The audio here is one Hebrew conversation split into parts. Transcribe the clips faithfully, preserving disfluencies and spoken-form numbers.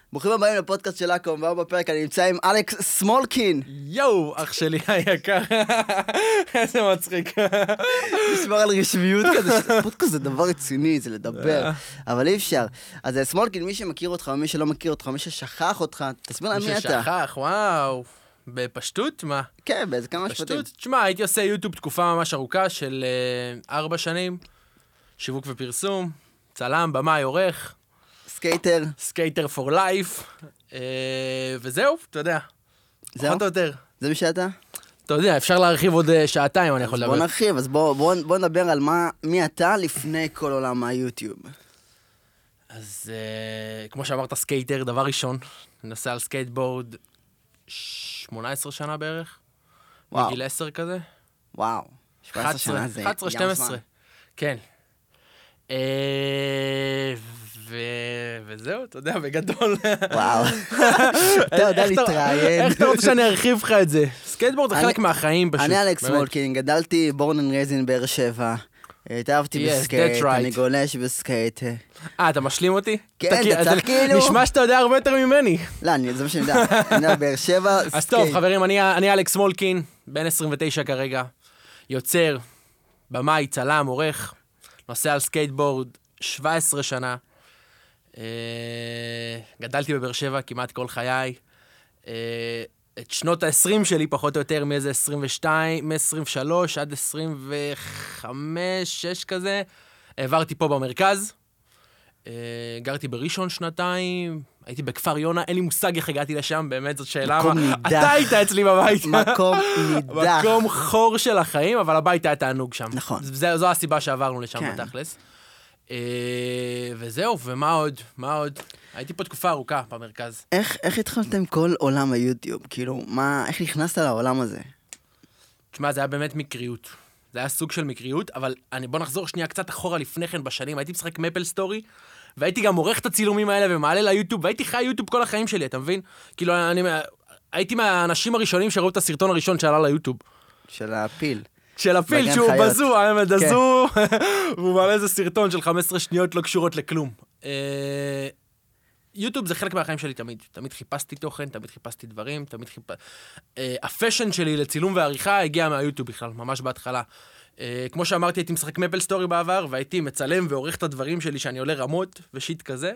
ברוכים הבאים לפודקאסט של אקום, והיום בפרק אני נמצא עם אלכס סמולקין. יואו, אח שלי היקר. איזה מצחיק. נשמר על רשמיות כזה, פודקאסט זה דבר רציני, זה לדבר, אבל אי אפשר. אז סמולקין, מי שמכיר אותך, מי שלא מכיר אותך, מי ששכח אותך, תסביר להם מי אתה. מי ששכח, וואו. בפשטות, מה? כן, באיזה כמה משפטים. פשטות, תשמע, הייתי עושה יוטיוב תקופה ממש ארוכה של ארבע שנים, שיווק ופרסום, צלם, במאי, עורך. סקייטר. סקייטר for life, וזהו, אתה יודע. זהו? פחות או יותר. זה מי שאתה? אתה יודע, אפשר להרחיב עוד שעתיים, אני יכול לדבר. בוא נרחיב, אז בוא, בוא, בוא נדבר על מה, מי אתה לפני כל עולם היוטיוב. אז כמו שאמרת, סקייטר, דבר ראשון, ננסה על סקייטבורד שמונה עשרה שנה בערך. וואו. מגיל עשר כזה. וואו. שבע עשרה שנה זה אחת עשרה שתים עשרה. כן. וזהו, אתה יודע, בגדול. וואו. אתה יודע להתראיין. איך אתה רוצה שאני ארחיב לך את זה? סקייטבורד זה חלק מהחיים פשוט. אני אלכס סמולקין, גדלתי בורן אנד רייז באר שבע. התאהבתי בסקייט, אני גולש בסקייט. אה, אתה משלים אותי? כן, אתה צריך כאילו. נשמע שאתה יודע הרבה יותר ממני. לא, זה מה שאני יודע. אני יודע, באר שבע, סקייט. אז טוב, חברים, אני אלכס סמולקין, בן עשרים ותשע כרגע, יוצר, במאי, צלם, עורך, נוסע על סקייטבורד, שבע עשרה שנה. גדלתי בבאר שבע כמעט כל חיי. את שנות ה-עשרים שלי, פחות או יותר, מאיזה עשרים ושתיים, מ-עשרים ושלוש עד עשרים וחמש, שש כזה, העברתי פה במרכז. גרתי בראשון שנתיים, הייתי בכפר יונה, אין לי מושג איך הגעתי לשם, באמת זאת שאלה. מקום נידח. אתה היית אצלי בבית. מקום נידח. מקום חור של החיים, אבל הבית היה תענוג שם. נכון. זו הסיבה שעברנו לשם כן. בתכלס. וזהו, ומה עוד? מה עוד? הייתי פה תקופה ארוכה במרכז. איך, איך התחלתם כל עולם היוטיוב? כאילו, מה, איך נכנסת לעולם הזה? תשמע, זה היה באמת מקריות. זה היה סוג של מקריות, אבל אני, בוא נחזור שנייה קצת אחורה לפני כן בשנים. הייתי משחק מפל סטורי, והייתי גם עורך את הצילומים האלה ומעלה ליוטיוב, והייתי חי יוטיוב כל החיים שלי, אתה מבין? כאילו, אני, הייתי מהאנשים הראשונים שראו את הסרטון הראשון שעלה ליוטיוב. של הפיל. של הפיל, שהוא בזו, האמת, הזו, והוא מעלה איזה סרטון של חמש עשרה שניות לא קשורות לכלום. יוטיוב זה חלק מהחיים שלי תמיד. תמיד חיפשתי תוכן, תמיד חיפשתי דברים, תמיד חיפ... הפשן שלי לצילום ועריכה הגיע מהיוטיוב בכלל, ממש בהתחלה. כמו שאמרתי, הייתי משחק מפל סטורי בעבר, והייתי מצלם ועורך את הדברים שלי שאני עולה רמות ושיט כזה.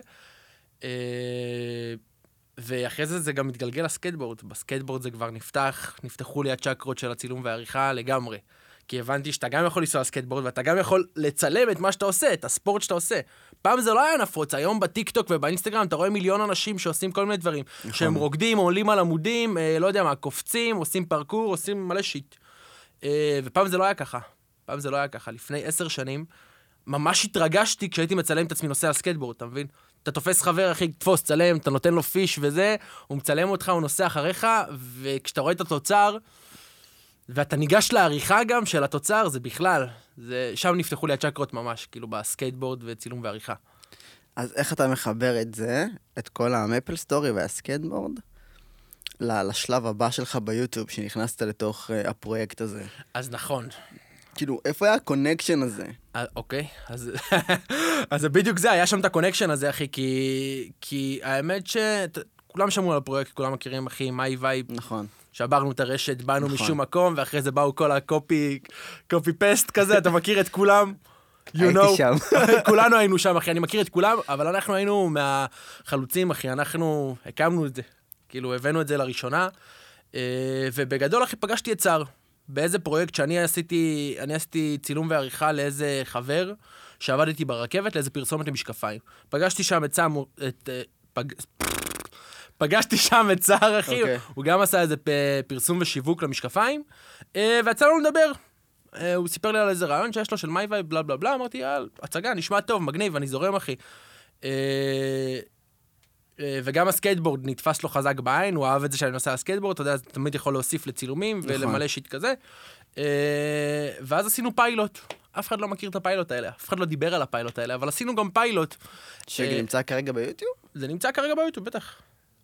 ואחרי זה זה גם מתגלגל לסקייטבורד. בסקייטבורד זה כבר נפתח, נפתחו לי הצ'קרות של הצילום והעריכה לגמרי. כי הבנתי שאתה גם יכול לנסוע לסקייטבורד, ואתה גם יכול לצלם את מה שאתה עושה, את הספורט שאתה עושה. פעם זה לא היה נפוץ, היום בטיקטוק ובאינסטגרם אתה רואה מיליון אנשים שעושים כל מיני דברים, נכון. שהם רוקדים, עולים על עמודים, אה, לא יודע מה, קופצים, עושים פרקור, עושים מלא שיט. אה, ופעם זה לא היה ככה. פעם זה לא היה ככה. לפני עשר שנים, ממש התרגשתי כשהייתי מצלם את עצמי נוסע על סקייטבורד, אתה מבין? אתה תופס חבר, אחי, תפוס, צלם, אתה נותן לו פיש וזה, הוא מצלם אותך, הוא נוסע אחריך, וכשאתה רואה את התוצר, ואתה ניגש לעריכה גם של התוצר, זה בכלל, זה, שם נפתחו לי הצ'קרות ממש, כאילו בסקייטבורד וצילום ועריכה. אז איך אתה מחבר את זה, את כל המפל סטורי והסקייטבורד, לשלב הבא שלך ביוטיוב, שנכנסת לתוך uh, הפרויקט הזה? אז נכון. כאילו, איפה היה הקונקשן הזה? אה, אוקיי, אז, אז זה בדיוק זה, היה שם את הקונקשן הזה, אחי, כי, כי האמת ש... כולם שמעו על הפרויקט, כולם מכירים, אחי, מאי וייב. נכון. שברנו את הרשת, באנו נכון. משום מקום, ואחרי זה באו כל הקופי, קופי פסט כזה, אתה מכיר את כולם? You הייתי know. שם. כולנו היינו שם, אחי, אני מכיר את כולם, אבל אנחנו היינו מהחלוצים, אחי, אנחנו הקמנו את זה, כאילו, הבאנו את זה לראשונה, ובגדול, אחי, פגשתי את צער, באיזה פרויקט שאני עשיתי, אני עשיתי צילום ועריכה לאיזה חבר, שעבדתי ברכבת, לאיזה פרסומת למשקפיים. פגשתי שם את צער, את... פג... פגשתי שם את צער, אחי, okay. הוא גם עשה איזה פרסום ושיווק למשקפיים, ויצא לנו לדבר. הוא סיפר לי על איזה רעיון שיש לו של מי וייב, בלה בלה בלה, אמרתי, יאל, הצגה, נשמע טוב, מגניב, אני זורם, אחי. וגם הסקייטבורד נתפס לו חזק בעין, הוא אהב את זה שאני נוסע לסקייטבורד, אתה יודע, תמיד יכול להוסיף לצילומים ולמלא שיט כזה. ואז עשינו פיילוט. אף אחד לא מכיר את הפיילוט האלה, אף אחד לא דיבר על הפיילוט האלה, אבל עשינו גם פיילוט. שנמצא כרגע ביוטיוב? זה נמצא כרגע ביוטיוב, בטח.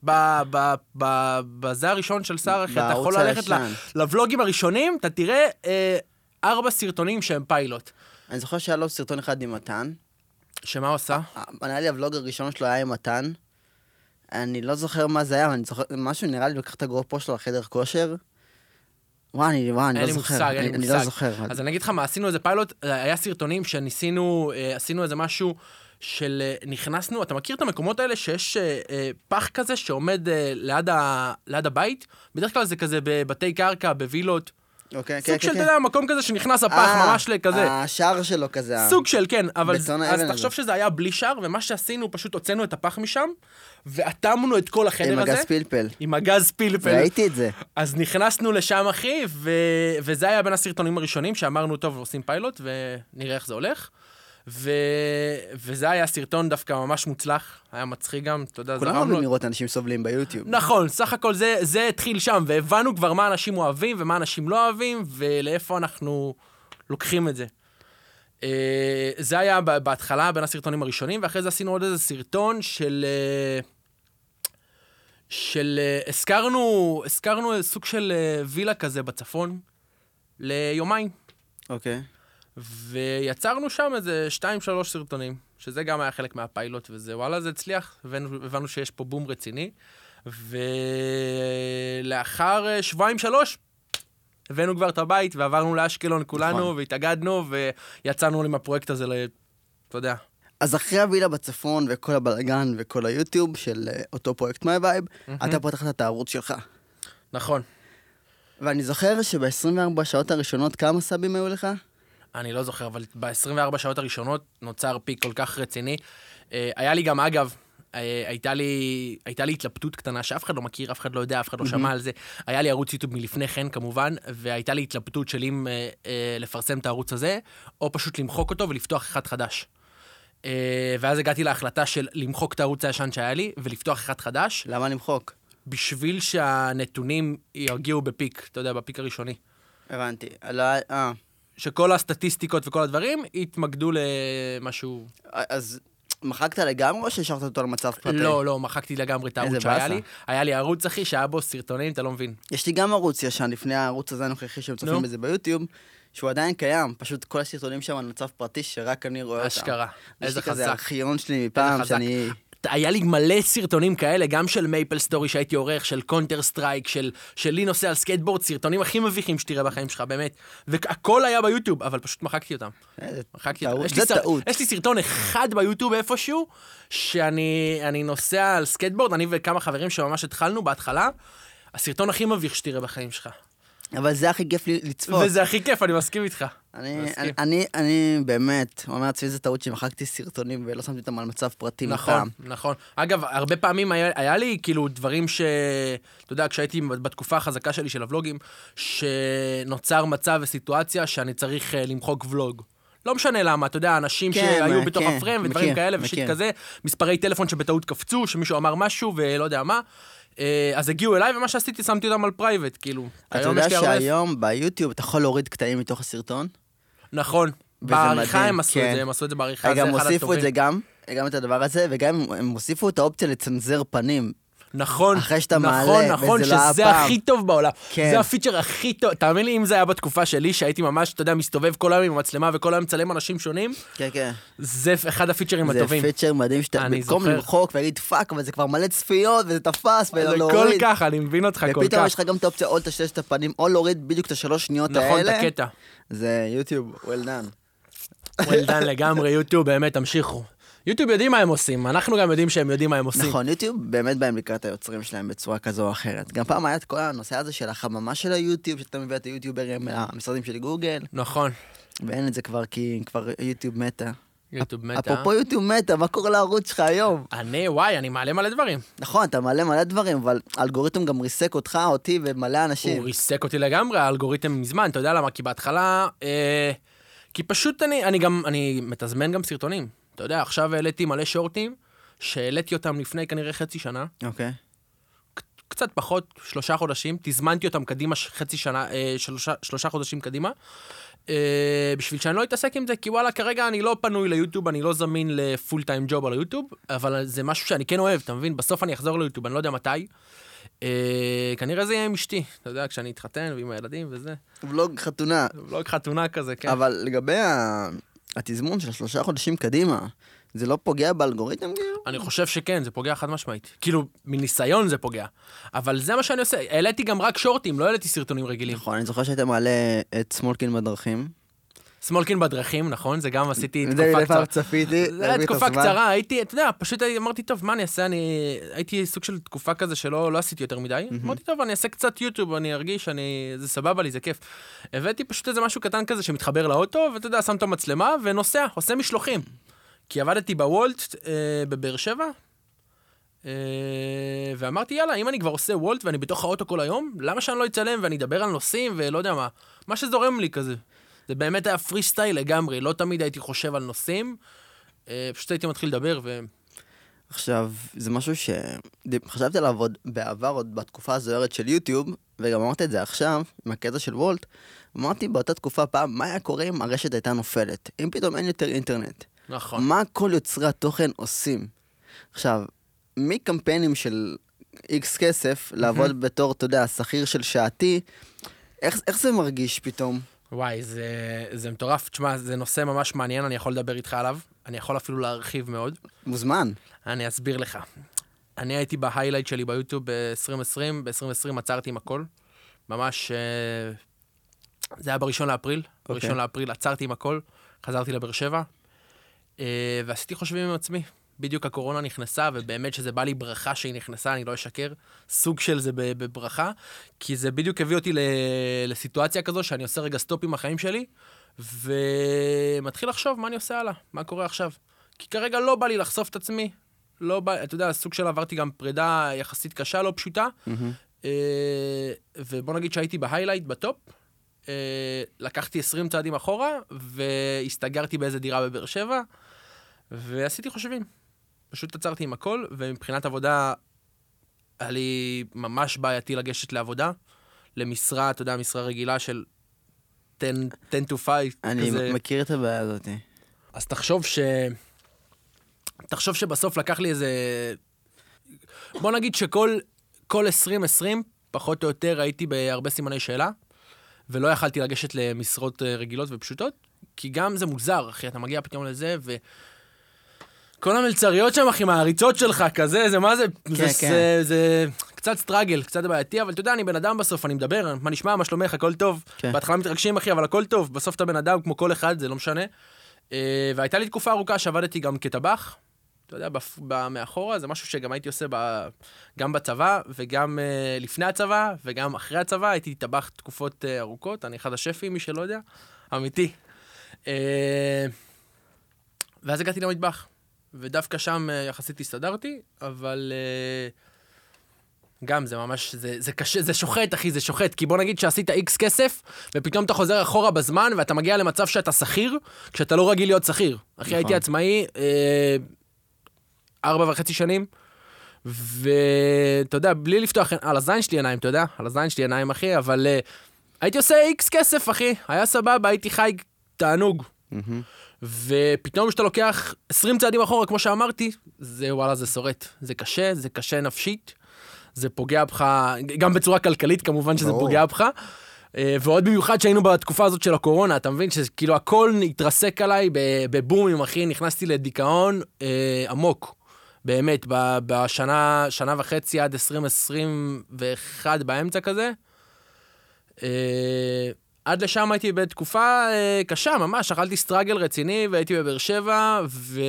בזה הראשון של שר, אחי, אתה יכול ללכת לבלוגים הראשונים, אתה תראה ארבע סרטונים שהם פיילוט. אני זוכר שהיה לו סרטון אחד עם מתן. שמה הוא עושה? היה לי הוולוג הראשון שלו היה עם מתן. אני לא זוכר מה זה היה, אבל אני זוכר, משהו נראה לי לקח את הגרופו שלו לחדר כושר. וואי, אני, וואי, אני לא זוכר. אני, אני לא זוכר. אז אני אגיד לך מה, עשינו איזה פיילוט, היה סרטונים שניסינו, עשינו איזה משהו של נכנסנו, אתה מכיר את המקומות האלה שיש פח כזה שעומד ליד, ה, ליד הבית? בדרך כלל זה כזה בבתי קרקע, בווילות. אוקיי, סוג כן, של, כן. אתה יודע, מקום כזה שנכנס הפח ממש לכזה. השער שלו כזה. סוג של, כן, אבל אז תחשוב הזה. שזה היה בלי שער, ומה שעשינו, פשוט הוצאנו את הפח משם, ואטמנו את כל החדר הזה. עם הגז פלפל. עם הגז פלפל. ראיתי את זה. אז נכנסנו לשם, אחי, ו... וזה היה בין הסרטונים הראשונים, שאמרנו, טוב, עושים פיילוט, ונראה איך זה הולך. ו... וזה היה סרטון דווקא ממש מוצלח, היה מצחיק גם, אתה יודע, כולם אוהבים לראות אנשים סובלים ביוטיוב. נכון, סך הכל זה, זה התחיל שם, והבנו כבר מה אנשים אוהבים ומה אנשים לא אוהבים, ולאיפה אנחנו לוקחים את זה. זה היה בהתחלה בין הסרטונים הראשונים, ואחרי זה עשינו עוד איזה סרטון של... של... הזכרנו, הזכרנו סוג של וילה כזה בצפון, ליומיים. אוקיי. ויצרנו שם איזה שתיים, שלוש סרטונים, שזה גם היה חלק מהפיילוט, וזה, וואלה, זה הצליח, הבנו, הבנו שיש פה בום רציני, ולאחר שבועיים שלוש, הבאנו כבר את הבית, ועברנו לאשקלון כולנו, נכון. והתאגדנו, ויצאנו עם הפרויקט הזה, אתה יודע. אז אחרי הווילה בצפון, וכל הבלגן, וכל היוטיוב של אותו פרויקט My Vibe, mm-hmm. אתה פותחת את הערוץ שלך. נכון. ואני זוכר שב-עשרים וארבע שעות הראשונות, כמה סאבים היו לך? אני לא זוכר, אבל ב-עשרים וארבע שעות הראשונות נוצר פיק כל כך רציני. היה לי גם, אגב, הייתה לי, הייתה לי התלבטות קטנה, שאף אחד לא מכיר, אף אחד לא יודע, אף אחד לא שמע על זה. היה לי ערוץ יוטיוב מלפני כן, כמובן, והייתה לי התלבטות של אם לפרסם את הערוץ הזה, או פשוט למחוק אותו ולפתוח אחד חדש. ואז הגעתי להחלטה של למחוק את הערוץ הישן שהיה לי, ולפתוח אחד חדש. למה למחוק? בשביל שהנתונים יגיעו בפיק, אתה יודע, בפיק הראשוני. הבנתי. אה. שכל הסטטיסטיקות וכל הדברים יתמקדו למשהו... אז מחקת לגמרי או שהשארת אותו על מצב פרטי? לא, לא, מחקתי לגמרי את הערוץ שהיה לי. היה לי ערוץ, אחי, שהיה בו סרטונים, אתה לא מבין. יש לי גם ערוץ ישן לפני הערוץ הזה הנוכחי שהם צופים בזה ביוטיוב, שהוא עדיין קיים, פשוט כל הסרטונים שם על מצב פרטי שרק אני רואה אותם. אשכרה, איזה חזק. יש לי כזה ארכיון שלי מפעם שאני... היה לי מלא סרטונים כאלה, גם של מייפל סטורי שהייתי עורך, של קונטר סטרייק, של, של לי נוסע על סקייטבורד, סרטונים הכי מביכים שתראה בחיים שלך, באמת. והכל היה ביוטיוב, אבל פשוט מחקתי אותם. מחקתי אותם. זה טעות. יש לי סרטון אחד ביוטיוב איפשהו, שאני אני נוסע על סקייטבורד, אני וכמה חברים שממש התחלנו בהתחלה, הסרטון הכי מביך שתראה בחיים שלך. אבל זה הכי כיף לצפות. וזה הכי כיף, אני מסכים איתך. אני, אני, אני, אני באמת, אומר לעצמי, זה טעות שמחקתי סרטונים ולא שמתי אותם על מצב פרטי נכון, מפעם. נכון. אגב, הרבה פעמים היה, היה לי כאילו דברים ש... אתה יודע, כשהייתי בתקופה החזקה שלי של הוולוגים, שנוצר מצב וסיטואציה שאני צריך למחוק ולוג. לא משנה למה, אתה יודע, אנשים כן, שהיו בתוך כן, הפרם ודברים מכיר, כאלה ושיט מכיר. כזה, מספרי טלפון שבטעות קפצו, שמישהו אמר משהו ולא יודע מה. אז הגיעו אליי, ומה שעשיתי, שמתי אותם על פרייבט, כאילו. אתה יודע שהיום ביוטיוב אתה יכול להוריד קטעים מתוך הסרטון? נכון. בעריכה הם עשו את זה, הם עשו את זה בעריכה. גם הוסיפו את זה גם, גם את הדבר הזה, וגם הם הוסיפו את האופציה לצנזר פנים. נכון, אחרי שאתה נכון, מעלה, נכון, וזה לא הפעם. שזה הכי טוב בעולם. כן. זה הפיצ'ר הכי טוב. תאמין לי, אם זה היה בתקופה שלי, שהייתי ממש, אתה יודע, מסתובב כל היום עם המצלמה, וכל היום מצלם אנשים שונים, כן, כן. זה אחד הפיצ'רים הטובים. זה פיצ'ר מדהים שאתה במקום למחוק ולהגיד פאק, אבל זה כבר מלא צפיות, וזה תפס, ולא להוריד. זה כל כך, אני מבין אותך כל כך. ופתאום יש לך גם את האופציה או לטשטש את הפנים, או להוריד בדיוק את השלוש שניות האלה. נכון, את הקטע. זה יוטיוב, well done. well done לגמרי, יוטיוב, באמת, תמשיכו. יוטיוב יודעים מה הם עושים, אנחנו גם יודעים שהם יודעים מה הם עושים. נכון, יוטיוב באמת באים לקראת היוצרים שלהם בצורה כזו או אחרת. גם פעם היה את כל הנושא הזה של החממה של היוטיוב, שאתה מביא את היוטיוברים מהמשרדים של גוגל. נכון. ואין את זה כבר, כי כבר יוטיוב מתה. יוטיוב מתה. אפרופו יוטיוב מתה, מה קורה לערוץ שלך היום? אני, וואי, אני מעלה מלא דברים. נכון, אתה מעלה מלא דברים, אבל האלגוריתם גם ריסק אותך, אותי ומלא אנשים. הוא ריסק אותי לגמרי, האלגוריתם מזמן, אתה יודע למה? כי בהתחלה, אה, כי פשוט אני, אני גם, אני מתזמן גם סרטונים. אתה יודע, עכשיו העליתי מלא שורטים, שהעליתי אותם לפני כנראה חצי שנה. אוקיי. קצת פחות, שלושה חודשים, תזמנתי אותם קדימה חצי שנה, אה, שלושה, שלושה חודשים קדימה, אה, בשביל שאני לא אתעסק עם זה, כי וואלה, כרגע אני לא פנוי ליוטיוב, אני לא זמין לפול טיים ג'וב על היוטיוב, אבל זה משהו שאני כן אוהב, אתה מבין? בסוף אני אחזור ליוטיוב, אני לא יודע מתי. אה, כנראה זה יהיה עם אשתי, אתה יודע, כשאני אתחתן ועם הילדים וזה. ולוג חתונה. ולוג חתונה כזה, כן. אבל לגבי ה... התזמון של שלושה חודשים קדימה, זה לא פוגע באלגוריתם? אני חושב שכן, זה פוגע חד משמעית. כאילו, מניסיון זה פוגע. אבל זה מה שאני עושה. העליתי גם רק שורטים, לא העליתי סרטונים רגילים. נכון, אני זוכר שהיית מעלה את סמולקין בדרכים. סמולקין בדרכים, נכון? זה גם עשיתי תקופה קצרה. זה לפעם צפיתי. זה היה תקופה קצרה, הייתי, אתה יודע, פשוט אמרתי, טוב, מה אני אעשה? אני הייתי סוג של תקופה כזה שלא עשיתי יותר מדי. אמרתי, טוב, אני אעשה קצת יוטיוב, אני ארגיש, זה סבבה לי, זה כיף. הבאתי פשוט איזה משהו קטן כזה שמתחבר לאוטו, ואתה יודע, שם את המצלמה ונוסע, עושה משלוחים. כי עבדתי בוולט בבאר שבע, ואמרתי, יאללה, אם אני כבר עושה וולט ואני בתוך האוטו כל היום, למה שאני לא אצלם ואני אדבר על נושאים ולא יודע מה, מה שזורם לי כזה. זה באמת היה פרי סטייל לגמרי, לא תמיד הייתי חושב על נושאים, פשוט הייתי מתחיל לדבר ו... עכשיו, זה משהו שחשבתי עליו עוד בעבר, עוד בתקופה הזוהרת של יוטיוב, וגם אמרתי את זה עכשיו, עם הקטע של וולט, אמרתי באותה תקופה פעם, מה היה קורה אם הרשת הייתה נופלת? אם פתאום אין יותר אינטרנט. נכון. מה כל יוצרי התוכן עושים? עכשיו, מקמפיינים של איקס כסף, לעבוד בתור, אתה יודע, שכיר של שעתי, איך, איך זה מרגיש פתאום? וואי, זה, זה מטורף. תשמע, זה נושא ממש מעניין, אני יכול לדבר איתך עליו. אני יכול אפילו להרחיב מאוד. מוזמן. אני אסביר לך. אני הייתי בהיילייט שלי ביוטיוב ב-עשרים עשרים, ב-עשרים עשרים עצרתי עם הכל. ממש, זה היה בראשון לאפריל. Okay. בראשון לאפריל עצרתי עם הכל, חזרתי לבאר שבע, ועשיתי חושבים עם עצמי. בדיוק הקורונה נכנסה, ובאמת שזה בא לי ברכה שהיא נכנסה, אני לא אשקר, סוג של זה בברכה, כי זה בדיוק הביא אותי לסיטואציה כזו, שאני עושה רגע סטופ עם החיים שלי, ומתחיל לחשוב מה אני עושה הלאה, מה קורה עכשיו. כי כרגע לא בא לי לחשוף את עצמי, לא בא, אתה יודע, סוג של עברתי גם פרידה יחסית קשה, לא פשוטה, mm-hmm. ובוא נגיד שהייתי בהיילייט, בטופ, לקחתי עשרים צעדים אחורה, והסתגרתי באיזה דירה בבאר שבע, ועשיתי חושבים. פשוט עצרתי עם הכל, ומבחינת עבודה, היה לי ממש בעייתי לגשת לעבודה, למשרה, אתה יודע, משרה רגילה של עשר to five. אני כזה. מכיר את הבעיה הזאת. אז תחשוב ש... תחשוב שבסוף לקח לי איזה... בוא נגיד שכל כל עשרים עשרים, פחות או יותר, הייתי בהרבה סימני שאלה, ולא יכלתי לגשת למשרות רגילות ופשוטות, כי גם זה מוזר, אחי, אתה מגיע פתאום לזה, ו... כל המלצריות שם, אחי, מהריצות שלך, כזה, זה מה זה, כן, זה, כן. זה, זה קצת סטרגל, קצת בעייתי, אבל אתה יודע, אני בן אדם בסוף, אני מדבר, מה נשמע, מה שלומך, הכל טוב. כן. בהתחלה מתרגשים, אחי, אבל הכל טוב, בסוף אתה בן אדם כמו כל אחד, זה לא משנה. והייתה לי תקופה ארוכה שעבדתי גם כטבח, אתה יודע, מאחורה, זה משהו שגם הייתי עושה ב, גם בצבא, וגם uh, לפני הצבא, וגם אחרי הצבא, הייתי טבח תקופות uh, ארוכות, אני אחד השפים, מי שלא יודע, אמיתי. Uh, ואז הגעתי למטבח. ודווקא שם יחסית הסתדרתי, אבל uh, גם זה ממש, זה, זה קשה, זה שוחט, אחי, זה שוחט, כי בוא נגיד שעשית איקס כסף, ופתאום אתה חוזר אחורה בזמן, ואתה מגיע למצב שאתה שכיר, כשאתה לא רגיל להיות שכיר. אחי, נכון. הייתי עצמאי, אה, ארבע וחצי שנים, ואתה יודע, בלי לפתוח, על הזין שלי עיניים, אתה יודע, על הזין שלי עיניים, אחי, אבל uh, הייתי עושה איקס כסף, אחי, היה סבבה, הייתי חי תענוג. ופתאום שאתה לוקח עשרים צעדים אחורה, כמו שאמרתי, זה וואלה, זה שורט. זה קשה, זה קשה נפשית, זה פוגע בך, גם בצורה כלכלית כמובן שזה פוגע בך, ועוד במיוחד שהיינו בתקופה הזאת של הקורונה, אתה מבין שכאילו הכל התרסק עליי בבומים, אחי, נכנסתי לדיכאון עמוק, באמת, בשנה, שנה וחצי עד עשרים עשרים ואחת באמצע כזה, עד לשם הייתי בתקופה אה, קשה, ממש, אכלתי סטרגל רציני, והייתי בבאר שבע, ו...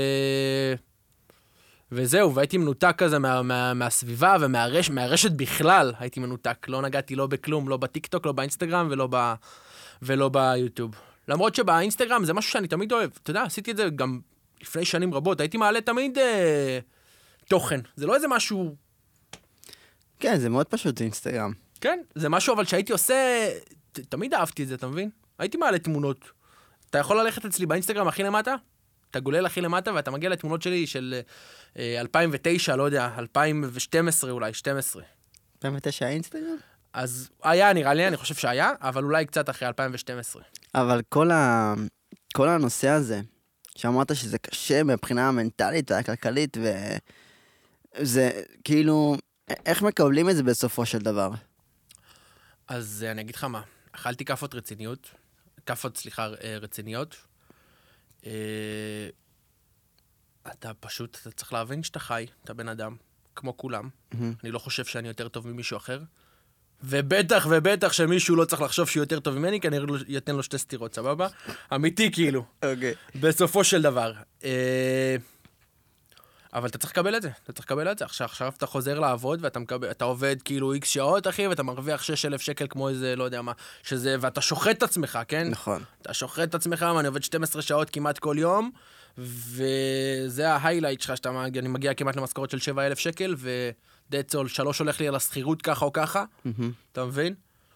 וזהו, והייתי מנותק כזה מה, מה, מהסביבה ומהרש... מהרשת בכלל, הייתי מנותק, לא נגעתי לא בכלום, לא בטיקטוק, לא באינסטגרם ולא, ב... ולא ביוטיוב. למרות שבאינסטגרם זה משהו שאני תמיד אוהב, אתה יודע, עשיתי את זה גם לפני שנים רבות, הייתי מעלה תמיד אה, תוכן, זה לא איזה משהו... כן, זה מאוד פשוט אינסטגרם. כן, זה משהו אבל שהייתי עושה... תמיד אהבתי את זה, אתה מבין? הייתי מעלה תמונות. אתה יכול ללכת אצלי באינסטגרם הכי למטה, אתה גולל הכי למטה, ואתה מגיע לתמונות שלי של אה, אלפיים ותשע, לא יודע, אלפיים ושתים עשרה אולי, שתים עשרה. אלפיים ותשע האינסטגרם? אז היה, נראה לי, אני חושב שהיה, אבל אולי קצת אחרי אלפיים ושתים עשרה. אבל כל, ה... כל הנושא הזה, שאמרת שזה קשה מבחינה המנטלית והכלכלית, וזה כאילו, איך מקבלים את זה בסופו של דבר? אז אני אגיד לך מה, אכלתי כפות רציניות, כפות, סליחה, רציניות. אתה פשוט, אתה צריך להבין שאתה חי, אתה בן אדם, כמו כולם. אני לא חושב שאני יותר טוב ממישהו אחר. ובטח ובטח שמישהו לא צריך לחשוב שהוא יותר טוב ממני, כי אני אתן לו שתי סתירות, סבבה? אמיתי כאילו. אוקיי. בסופו של דבר. אבל אתה צריך לקבל את זה, אתה צריך לקבל את זה. עכשיו, עכשיו אתה חוזר לעבוד, ואתה מקבל, אתה עובד כאילו איקס שעות, אחי, ואתה מרוויח שש אלף שקל כמו איזה, לא יודע מה, שזה, ואתה שוחט את עצמך, כן? נכון. אתה שוחט את עצמך, ואני עובד שתים עשרה שעות כמעט כל יום, וזה ההיילייט שלך, שאתה, אני מגיע כמעט למשכורת של שבע אלף שקל, ודאצול, שלוש הולך לי על הסחירות ככה או ככה, אתה מבין?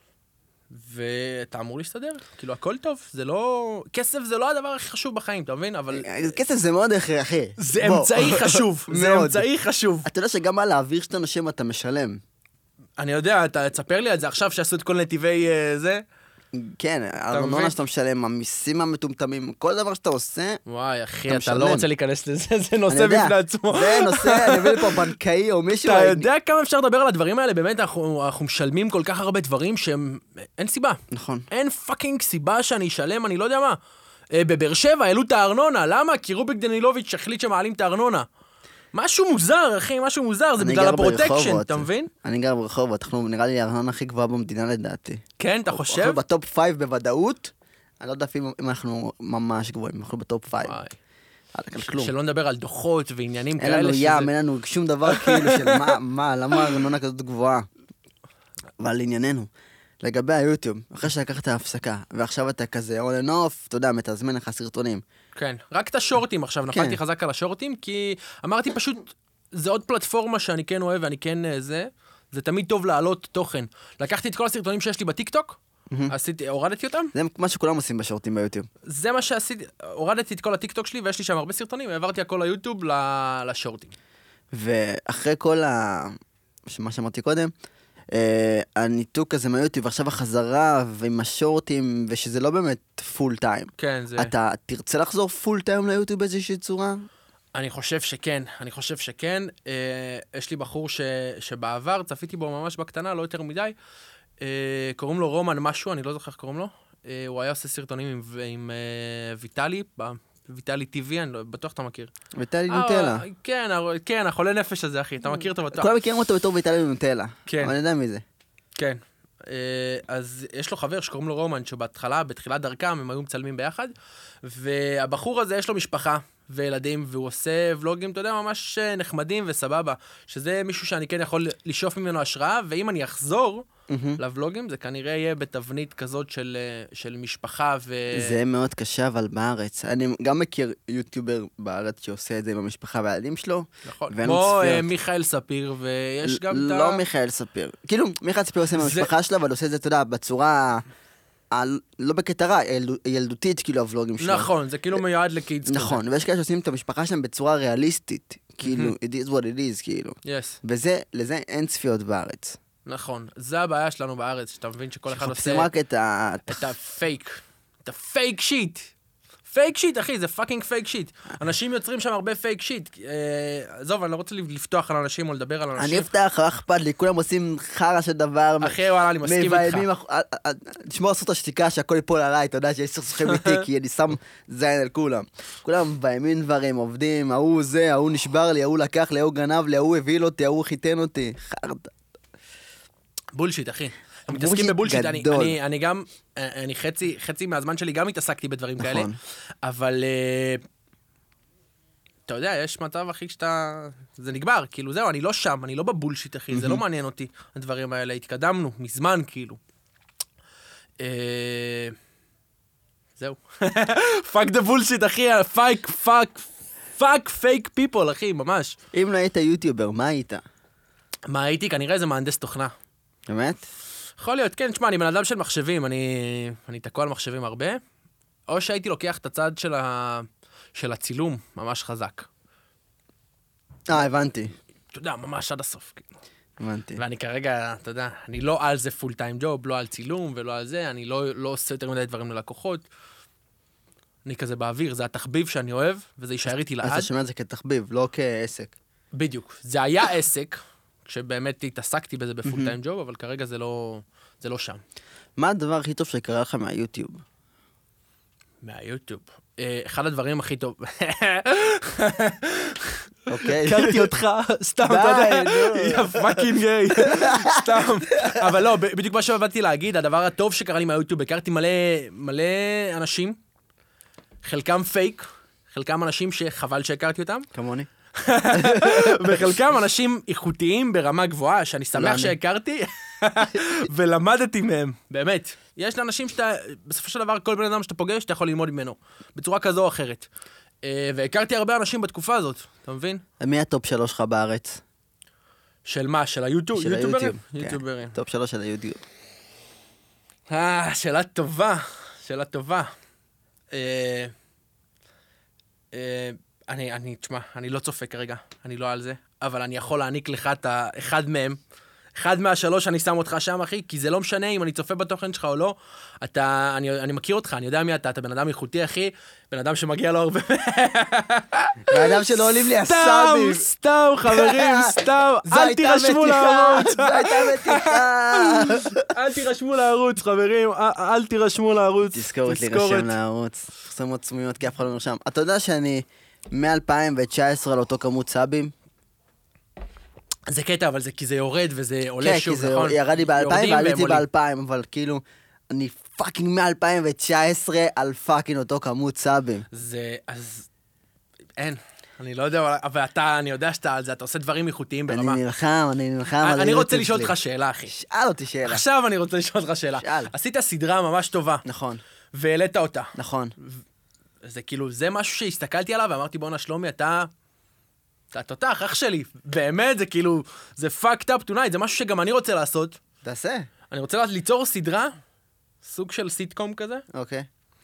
ואתה אמור להסתדר, כאילו הכל טוב, זה לא, כסף זה לא הדבר הכי חשוב בחיים, אתה מבין? אבל... כסף זה מאוד הכרחי. זה אמצעי חשוב, זה אמצעי חשוב. אתה יודע שגם על האוויר שאתה נושם אתה משלם. אני יודע, אתה תספר לי על זה עכשיו שעשו את כל נתיבי זה. כן, הארנונה שאתה משלם, המיסים המטומטמים, כל דבר שאתה עושה, וואי, אחי, אתה לא רוצה להיכנס לזה, זה נושא בפני עצמו. זה נושא, אני מבין פה בנקאי או מישהו. אתה יודע כמה אפשר לדבר על הדברים האלה? באמת, אנחנו משלמים כל כך הרבה דברים שהם... אין סיבה. נכון. אין פאקינג סיבה שאני אשלם, אני לא יודע מה. בבאר שבע העלו את הארנונה, למה? כי רוביק דנילוביץ' החליט שמעלים את הארנונה. משהו מוזר, אחי, משהו מוזר, זה בגלל הפרוטקשן, אתה מבין? אני גר ברחובות, אנחנו נראה לי הארנונה הכי גבוהה במדינה לדעתי. כן, אתה חושב? אנחנו בטופ פייב בוודאות, אני לא יודע אם אנחנו ממש גבוהים, אנחנו בטופ פייב. שלא נדבר על דוחות ועניינים כאלה. אין לנו ים, אין לנו שום דבר כאילו של מה, למה הארנונה כזאת גבוהה? אבל לענייננו, לגבי היוטיוב, אחרי שלקחת ההפסקה, ועכשיו אתה כזה on and off, אתה יודע, מתזמן לך סרטונים. כן, רק את השורטים עכשיו, נפלתי חזק על השורטים, כי אמרתי פשוט, זה עוד פלטפורמה שאני כן אוהב ואני כן זה, זה תמיד טוב לעלות תוכן. לקחתי את כל הסרטונים שיש לי בטיקטוק, עשיתי, הורדתי אותם. זה מה שכולם עושים בשורטים ביוטיוב. זה מה שעשיתי, הורדתי את כל הטיקטוק שלי, ויש לי שם הרבה סרטונים, והעברתי הכל ליוטיוב לשורטים. ואחרי כל ה... מה שאמרתי קודם, הניתוק הזה מהיוטיוב, עכשיו החזרה ועם השורטים, ושזה לא באמת פול טיים. כן, זה... אתה תרצה לחזור פול טיים ליוטיוב באיזושהי צורה? אני חושב שכן, אני חושב שכן. יש לי בחור שבעבר, צפיתי בו ממש בקטנה, לא יותר מדי, קוראים לו רומן משהו, אני לא זוכר איך קוראים לו. הוא היה עושה סרטונים עם ויטלי, ויטלי טבעי, אני בטוח אתה מכיר. ויטלי נוטלה. כן, כן, החולה נפש הזה, אחי, אתה מכיר אותו בטוח. כולם מכירים אותו בתור ויטלי נוטלה. כן. אבל אני יודע מי זה. כן. אז יש לו חבר שקוראים לו רומן, שבהתחלה, בתחילת דרכם, הם היו מצלמים ביחד, והבחור הזה יש לו משפחה וילדים, והוא עושה ולוגים, אתה יודע, ממש נחמדים וסבבה, שזה מישהו שאני כן יכול לשאוף ממנו השראה, ואם אני אחזור לבלוגים, זה כנראה יהיה בתבנית כזאת של, של משפחה ו... זה מאוד קשה, אבל בארץ. אני גם מכיר יוטיובר בארץ שעושה את זה עם המשפחה והילדים שלו. נכון, כמו מיכאל ספיר, ויש גם את ה... לא מיכאל ספיר. כאילו, מיכאל ספיר עושה עם המשפחה שלו, אבל עושה את זה, אתה יודע, בצורה... לא בקטע רע, ילדותית, כאילו, הוולוגים שלו. נכון, זה כאילו מיועד לקידס. נכון, ויש כאלה שעושים את המשפחה שלהם בצורה ריאליסטית. כאילו, it is what it is, כאילו. Yes. וזה, לזה אין צפיות בארץ. נכון, זה הבעיה שלנו בארץ, שאתה מבין שכל אחד עושה... שחפשים רק את ה... את הפייק. את הפייק שיט. פייק שיט, אחי, זה פאקינג פייק שיט. אנשים יוצרים שם הרבה פייק שיט. עזוב, אני לא רוצה לפתוח על אנשים או לדבר על אנשים. אני אפתח, לא אכפת לי, כולם עושים חרא של דבר. אחי, וואלה, אני מסכים איתך. תשמור לעשות את השתיקה שהכל ייפול עליי, אתה יודע שיש סכסוכים איתי, כי אני שם זין על כולם. כולם בימין דברים, עובדים, ההוא זה, ההוא נשבר לי, ההוא לקח לי, ההוא גנב לי, ההוא הביא אותי, ההוא חיתן אותי. חרדה. בולשיט, אחי. הם מתעסקים בבולשיט, אני, אני, אני גם, אני חצי, חצי מהזמן שלי גם התעסקתי בדברים כאלה, אבל, אתה יודע, יש מצב, אחי, שאתה, זה נגבר, כאילו, זהו, אני לא שם, אני לא בבולשיט, אחי, זה לא מעניין אותי, הדברים האלה, התקדמנו, מזמן, כאילו. זהו. פאק דה בולשיט, אחי, פאק, פאק, פאק, פייק פיפול, אחי, ממש. אם לא היית יוטיובר, מה היית? מה הייתי? כנראה איזה מהנדס תוכנה. באמת? יכול להיות, כן, תשמע, אני בן אדם של מחשבים, אני, אני תקוע על מחשבים הרבה, או שהייתי לוקח את הצד של, ה, של הצילום ממש חזק. אה, הבנתי. אתה יודע, ממש עד הסוף. הבנתי. ואני כרגע, אתה יודע, אני לא על זה פול טיים ג'וב, לא על צילום ולא על זה, אני לא, לא עושה יותר מדי דברים ללקוחות. אני כזה באוויר, זה התחביב שאני אוהב, וזה יישאר איתי לעד. אז אתה שומע את זה כתחביב, לא כעסק. בדיוק. זה היה עסק, כשבאמת התעסקתי בזה בפול טיים ג'וב, אבל כרגע זה לא, זה לא שם. מה הדבר הכי טוב שקרה לך מהיוטיוב? מהיוטיוב. אחד הדברים הכי טוב... אוקיי. הכרתי אותך, סתם, אתה יודע, יא פאקינג גיי, סתם. אבל לא, בדיוק מה שבאתי להגיד, הדבר הטוב שקרה לי מהיוטיוב, הכרתי מלא אנשים, חלקם פייק, חלקם אנשים שחבל שהכרתי אותם. כמוני. וחלקם אנשים איכותיים ברמה גבוהה, שאני שמח שהכרתי, ולמדתי מהם, באמת. יש לאנשים שאתה, בסופו של דבר, כל בן אדם שאתה פוגש, אתה יכול ללמוד ממנו, בצורה כזו או אחרת. והכרתי הרבה אנשים בתקופה הזאת, אתה מבין? מי הטופ שלוש שלך בארץ? של מה? של היוטיוב? של היוטיוב. יוטיוברים. טופ שלוש של היוטיוב. אה, שאלה טובה. שאלה טובה. אני, אני, תשמע, אני לא צופה כרגע, אני לא על זה, אבל אני יכול להעניק לך את אחד מהם, אחד מהשלוש אני שם אותך שם, אחי, כי זה לא משנה אם אני צופה בתוכן שלך או לא, אתה, אני, אני מכיר אותך, אני יודע מי אתה, אתה בן אדם איכותי, אחי, בן אדם שמגיע לו הרבה... בן אדם שלא עולים לי הסאבים. סתם, סתם, חברים, סתם, אל תירשמו לערוץ. זו הייתה מתיחה. אל תירשמו לערוץ, חברים, אל תירשמו לערוץ. תזכורת להירשם לערוץ. חסמות צמויות, כי אף אחד לא נרשם. אתה יודע שאני מ-אלפיים תשע עשרה על אותו כמות סאבים? זה קטע, אבל זה כי זה יורד וזה עולה שוב, נכון? כן, כי זה ירד לי ב-אלפיים ועליתי ב-אלפיים, אבל כאילו, אני פאקינג מ-אלפיים תשע עשרה על פאקינג אותו כמות סאבים. זה, אז, אין, אני לא יודע, אבל אתה, אני יודע שאתה על זה, אתה עושה דברים איכותיים ברמה. אני נלחם, אני נלחם על היוטיוב שלי. אני רוצה לשאול אותך שאלה, אחי. שאל אותי שאלה. עכשיו אני רוצה לשאול אותך שאלה. שאל. עשית סדרה ממש טובה. נכון. והעלית אותה. נכון. זה כאילו, זה משהו שהסתכלתי עליו, ואמרתי, בוא נשלומי, אתה... אתה תותח, אח שלי. באמת, זה כאילו, זה fucked up tonight, זה משהו שגם אני רוצה לעשות. תעשה. אני רוצה ליצור סדרה, סוג של סיטקום כזה. אוקיי.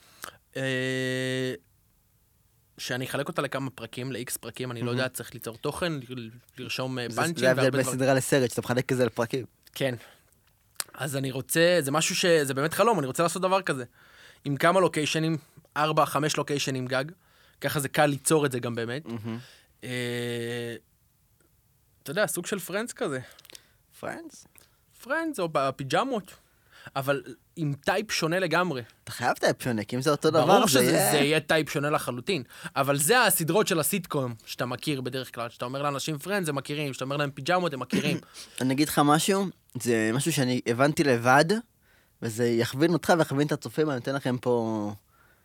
שאני אחלק אותה לכמה פרקים, ל-X פרקים, אני לא יודע, צריך ליצור תוכן, לרשום פאנצ'ים. זה ההבדל בין סדרה לסרט, שאתה מחלק כזה לפרקים. כן. אז אני רוצה, זה משהו שזה באמת חלום, אני רוצה לעשות דבר כזה. עם כמה לוקיישנים, ארבע, חמש לוקיישנים גג, ככה זה קל ליצור את זה גם באמת. אתה יודע, סוג של פרנדס כזה. פרנדס? פרנדס או בפיג'מות. אבל עם טייפ שונה לגמרי. אתה חייב טייפ שונה, כי אם זה אותו דבר, ברור שזה יהיה טייפ שונה לחלוטין. אבל זה הסדרות של הסיטקום שאתה מכיר בדרך כלל. שאתה אומר לאנשים פרנדס, הם מכירים. שאתה אומר להם פיג'מות, הם מכירים. אני אגיד לך משהו, זה משהו שאני הבנתי לבד, וזה יכווין אותך ויכווין את הצופים, אני נותן לכם פה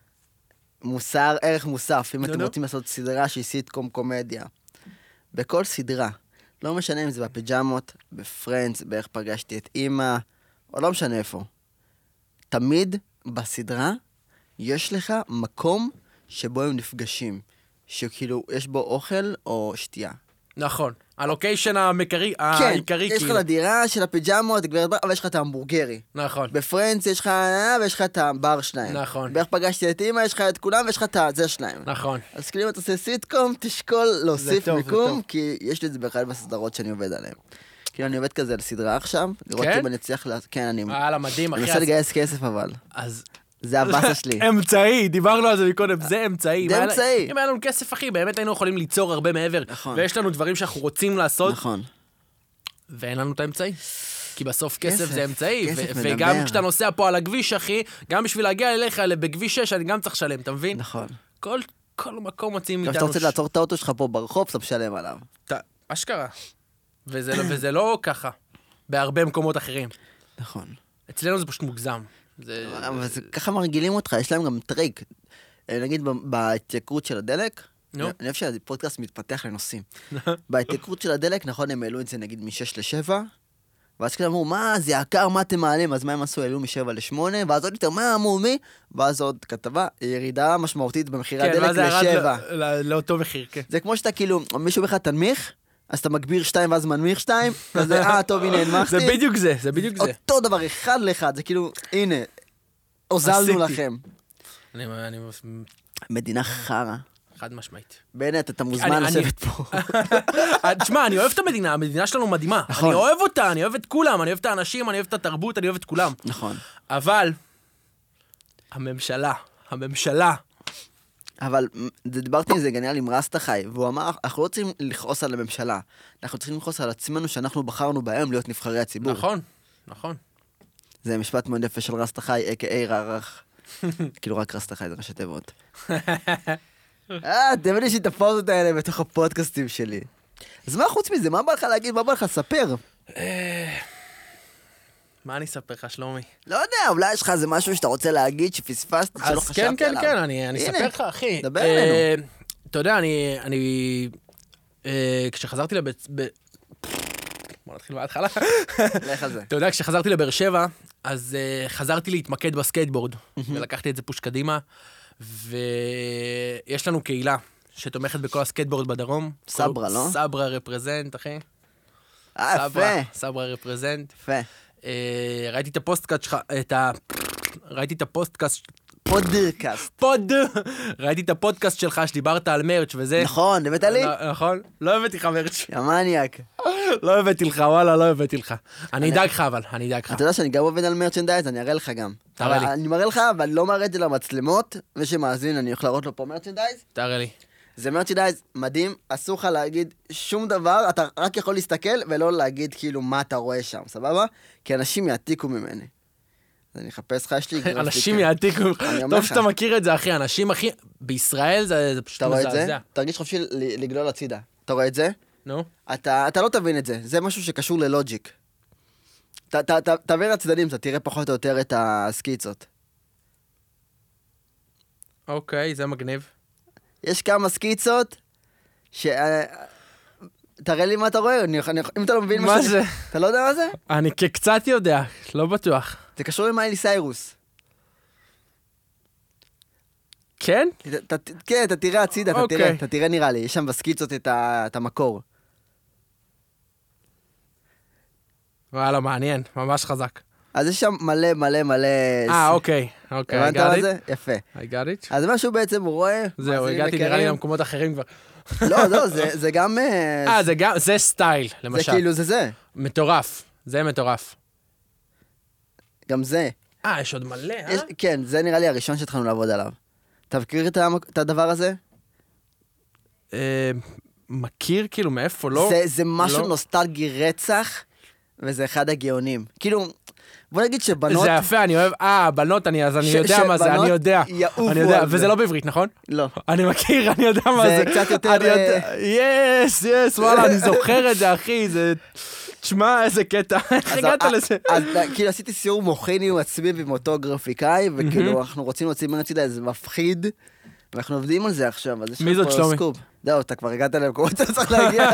מוסר, ערך מוסף, אם אתם רוצים לעשות סדרה שהיא סיטקום קומדיה. בכל סדרה, לא משנה אם זה בפיג'מות, בפרנדס, באיך פגשתי את אמא, או לא משנה איפה. תמיד בסדרה יש לך מקום שבו הם נפגשים, שכאילו יש בו אוכל או שתייה. נכון. הלוקיישן המקרי, העיקרי. כן, יש לך לדירה של הפיג'מות, אבל יש לך את ההמבורגרי. נכון. בפרנדס יש לך, ויש לך את הבר שלהם. נכון. באיך פגשתי את אמא, יש לך את כולם, ויש לך את זה שלהם. נכון. אז כאילו אם אתה עושה סיטקום, תשקול להוסיף מיקום, כי יש לי את זה באחד בסדרות שאני עובד עליהן. כאילו אני עובד כזה על סדרה עכשיו, לראות אם אני אצליח, כן, אני... הלאה, מדהים, אחי. אני מנסה לגייס כסף אבל. אז... זה הבאסה שלי. אמצעי, דיברנו על זה מקודם, זה אמצעי. זה אמצעי. אם היה לנו כסף, אחי, באמת היינו יכולים ליצור הרבה מעבר. נכון. ויש לנו דברים שאנחנו רוצים לעשות. נכון. ואין לנו את האמצעי. כי בסוף כסף זה אמצעי. וגם כשאתה נוסע פה על הכביש, אחי, גם בשביל להגיע אליך בכביש שש, אני גם צריך לשלם, אתה מבין? נכון. כל מקום מוצאים איתנו. גם כשאתה רוצה לעצור את האוטו שלך פה ברחוב, אתה משלם עליו. אשכרה. וזה לא ככה. בהרבה מקומות אחרים. נכון. אצלנו זה פשוט מוגזם. אבל ככה מרגילים אותך, יש להם גם טריק. נגיד בהתייקרות של הדלק, אני חושב שהפודקאסט מתפתח לנושאים. בהתייקרות של הדלק, נכון, הם העלו את זה נגיד מ-שש לשבע, ואז כאילו אמרו, מה, זה יקר, מה אתם מעלים? אז מה הם עשו? העלו מ-שבע לשמונה, ואז עוד יותר, מה אמרו מי? ואז עוד כתבה, ירידה משמעותית במחירי הדלק לשבע. לאותו מחיר, כן. זה כמו שאתה כאילו, מישהו בכלל תנמיך, אז אתה מגביר שתיים ואז מנמיך שתיים, וזה, אה, טוב, הנה, הנמכתי. זה בדיוק זה, זה בדיוק זה. אותו דבר, אחד לאחד, זה כאילו, הנה, הוזלנו לכם. אני... מדינה חרה. חד משמעית. בנט, אתה מוזמן לשבת פה. תשמע, אני אוהב את המדינה, המדינה שלנו מדהימה. אני אוהב אותה, אני אוהב את כולם, אני אוהב את האנשים, אני אוהב את התרבות, אני אוהב את כולם. נכון. אבל, הממשלה, הממשלה, אבל דיברתי עם זה גניאל עם רסטה חי, והוא אמר, אנחנו לא צריכים לכעוס על הממשלה, אנחנו צריכים לכעוס על עצמנו שאנחנו בחרנו בהם להיות נבחרי הציבור. נכון, נכון. זה משפט מאוד יפה של רסטה חי, איי קיי איי רערך. כאילו רק רסת לך איזה ראשי תיבות. אה, תמיד יש לי את הפאוזות האלה בתוך הפודקאסטים שלי. אז מה חוץ מזה? מה בא לך להגיד? מה בא לך לספר? מה אני אספר לך, שלומי? לא יודע, אולי יש לך איזה משהו שאתה רוצה להגיד, שפספסת, שלא חשבתי עליו. אז כן, כן, כן, אני אספר לך, אחי. דבר אלינו. אתה יודע, אני... כשחזרתי לבית... בוא נתחיל מההתחלה. לך על זה. אתה יודע, כשחזרתי לבאר שבע, אז חזרתי להתמקד בסקייטבורד, ולקחתי את זה פוש קדימה, ויש לנו קהילה שתומכת בכל הסקייטבורד בדרום. סברה, לא? סברה רפרזנט, אחי. אה, יפה. סברה רפרזנט. יפה. ראיתי את הפוסטקאסט שלך, את ה... ראיתי את הפוסטקאסט... פודקאסט. פוד! ראיתי את הפודקאסט שלך שדיברת על מרץ' וזה... נכון, הבאת לי? נכון, לא הבאתי לך מרץ'. יא מניאק. לא הבאתי לך, וואלה, לא הבאתי לך. אני אדאג לך אבל, אני אדאג לך. אתה יודע שאני גם עובד על מרצ'נדייז, אני אראה לך גם. תראה לי. אני מראה לך, אבל לא מראה את זה למצלמות, ושמאזין, אני יכול להראות לו פה מרצ'נדייז. תראה לי. זה מרצ'נדייז מדהים, אסור לך להגיד שום דבר, אתה רק יכול להסתכל ולא להגיד כאילו מה אתה רואה שם, סבבה? כי אנשים יעתיקו ממני. אז אני אחפש לך, יש לי... אנשים יעתיקו, טוב שאתה מכיר את זה, אחי, אנשים, אחי, בישראל זה פשוט מזעזע. אתה רואה את זה? תרגיש חופשי לגלול הצידה. אתה רואה את זה? נו. אתה לא תבין את זה, זה משהו שקשור ללוג'יק. תבין הצדדים, אתה תראה פחות או יותר את הסקיצות. אוקיי, זה מגניב. יש כמה סקיצות, ש... תראה לי מה אתה רואה, אם אתה לא מבין מה זה? אתה לא יודע מה זה? אני כקצת יודע, לא בטוח. זה קשור למיילי סיירוס. כן? כן, אתה תראה הצידה, אתה תראה, אתה תראה נראה לי, יש שם בסקיצות את המקור. וואלה, מעניין, ממש חזק. אז יש שם מלא מלא מלא... אה, אוקיי, אוקיי, הבנת מה זה? יפה. I got it. אז מה שהוא בעצם רואה... זהו, הגעתי נראה לי למקומות אחרים כבר. לא, לא, זה גם... אה, זה גם, זה סטייל, למשל. זה כאילו, זה זה. מטורף, זה מטורף. גם זה. אה, יש עוד מלא, אה? כן, זה נראה לי הראשון שהתחלנו לעבוד עליו. אתה מכיר את הדבר הזה? מכיר, כאילו, מאיפה, לא? זה משהו נוסטלגי רצח, וזה אחד הגאונים. כאילו... בוא נגיד שבנות... זה יפה, אני אוהב... אה, בנות, אז אני יודע מה זה, אני יודע. יעופו על זה. וזה לא בעברית, נכון? לא. אני מכיר, אני יודע מה זה. זה קצת יותר... יס, יס, וואלה, אני זוכר את זה, אחי, זה... תשמע, איזה קטע, איך הגעת לזה? אז כאילו עשיתי סיור מוכיני עם עצמי ועם אותו גרפיקאי, וכאילו אנחנו רוצים להוציא מרצ'נדייז, איזה מפחיד, ואנחנו עובדים על זה עכשיו. מי זאת שלומי? זהו, אתה כבר הגעת למקומות, אתה צריך להגיע.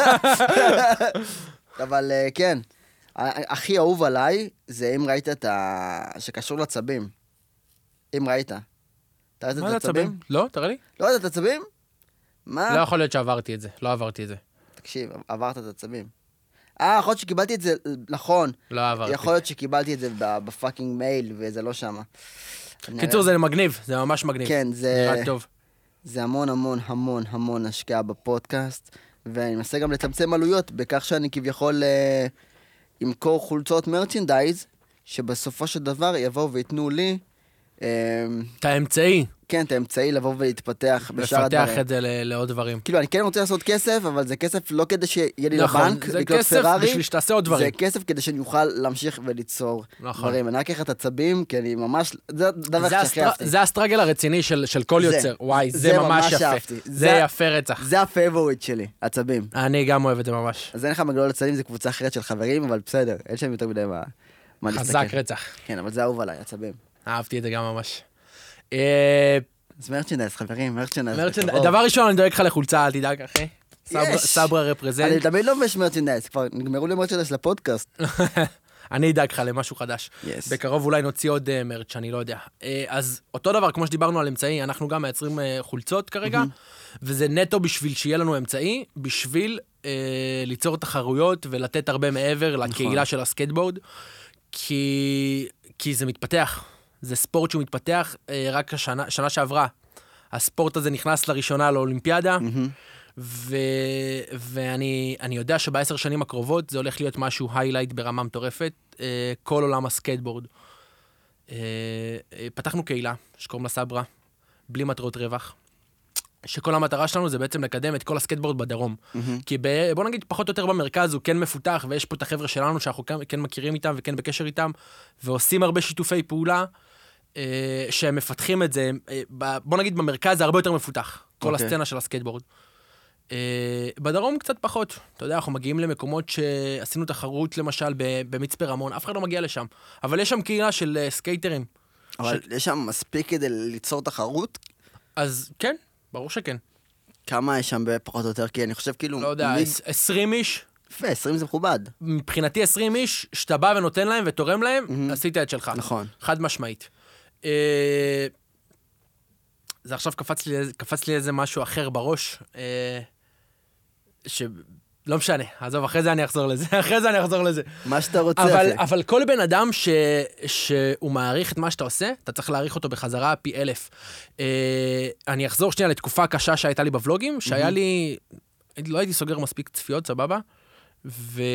אבל כן. הכי אהוב עליי זה אם ראית את ה... שקשור לצבים. אם ראית. אתה ראית את הצבים? לא, תראה לי. לא ראית את הצבים? מה? לא יכול להיות שעברתי את זה, לא עברתי את זה. תקשיב, עברת את הצבים. אה, יכול להיות שקיבלתי את זה, נכון. לא עברתי. יכול להיות שקיבלתי את זה בפאקינג מייל, וזה לא שמה. קיצור, זה מגניב, זה ממש מגניב. כן, זה... נראה טוב. זה המון המון המון המון השקעה בפודקאסט, ואני מנסה גם לצמצם עלויות, בכך שאני כביכול... ימכור חולצות מרצ'נדייז, שבסופו של דבר יבואו ויתנו לי... את האמצעי. כן, את האמצעי לבוא ולהתפתח בשאר הדברים. לפתח את זה לעוד דברים. כאילו, אני כן רוצה לעשות כסף, אבל זה כסף לא כדי שיהיה לי לבנק, נכון, זה כסף בשביל שתעשה עוד דברים. זה כסף כדי שאני אוכל להמשיך וליצור דברים. אני רק אקח את הצבים, כי אני ממש... זה דבר שהכי אהבתי. זה הסטרגל הרציני של כל יוצר. וואי, זה ממש יפה. זה יפה רצח. זה הפייבוריט שלי, הצבים. אני גם אוהב את זה ממש. אז אין לך מגלול הצבים, זה קבוצה אחרת של חברים, אבל בסדר, אין שם יותר מדי מה להסתכל. חזק רצח. כן, אבל זה אהוב עליי, הצבים. אהבתי את זה גם ממש. אז מרצ'נדייז, חברים, מרצ'נדייז. דבר ראשון, אני דואג לך לחולצה, אל תדאג, אחי. סברה רפרזנט. אני תמיד לא מבש מרצ'נדייז, כבר נגמרו לי מרצ'נדייז לפודקאסט. אני אדאג לך למשהו חדש. בקרוב אולי נוציא עוד מרץ', אני לא יודע. אז אותו דבר, כמו שדיברנו על אמצעי, אנחנו גם מייצרים חולצות כרגע, וזה נטו בשביל שיהיה לנו אמצעי, בשביל ליצור תחרויות ולתת הרבה מעבר לקהילה של הסקייטבורד, כי זה מתפתח. זה ספורט שהוא מתפתח, רק השנה, שנה שעברה. הספורט הזה נכנס לראשונה לאולימפיאדה, ו, ואני אני יודע שבעשר שנים הקרובות זה הולך להיות משהו היילייט ברמה מטורפת, כל עולם הסקייטבורד. פתחנו קהילה שקוראים לה סברה, בלי מטרות רווח, שכל המטרה שלנו זה בעצם לקדם את כל הסקייטבורד בדרום. כי בוא נגיד פחות או יותר במרכז הוא כן מפותח, ויש פה את החבר'ה שלנו שאנחנו כן מכירים איתם וכן בקשר איתם, ועושים הרבה שיתופי פעולה, שהם מפתחים את זה, בוא נגיד במרכז זה הרבה יותר מפותח, כל אוקיי. הסצנה של הסקייטבורד. בדרום קצת פחות, אתה יודע, אנחנו מגיעים למקומות שעשינו תחרות למשל במצפה רמון, אף אחד לא מגיע לשם, אבל יש שם קהילה של סקייטרים. אבל יש שם מספיק כדי ליצור תחרות? אז כן, ברור שכן. כמה יש שם בפחות או יותר? כי אני חושב כאילו... לא יודע, עשרים איש. יפה, עשרים זה מכובד. מבחינתי עשרים איש, שאתה בא ונותן להם ותורם להם, עשית את שלך. נכון. חד משמעית. זה עכשיו קפץ לי, קפץ לי איזה משהו אחר בראש, שלא משנה, עזוב, אחרי זה אני אחזור לזה, אחרי זה אני אחזור לזה. מה שאתה רוצה. אבל, אבל כל בן אדם ש, שהוא מעריך את מה שאתה עושה, אתה צריך להעריך אותו בחזרה פי אלף. אני אחזור שנייה לתקופה קשה שהייתה לי בוולוגים, שהיה לי, לא הייתי סוגר מספיק צפיות, סבבה, והיו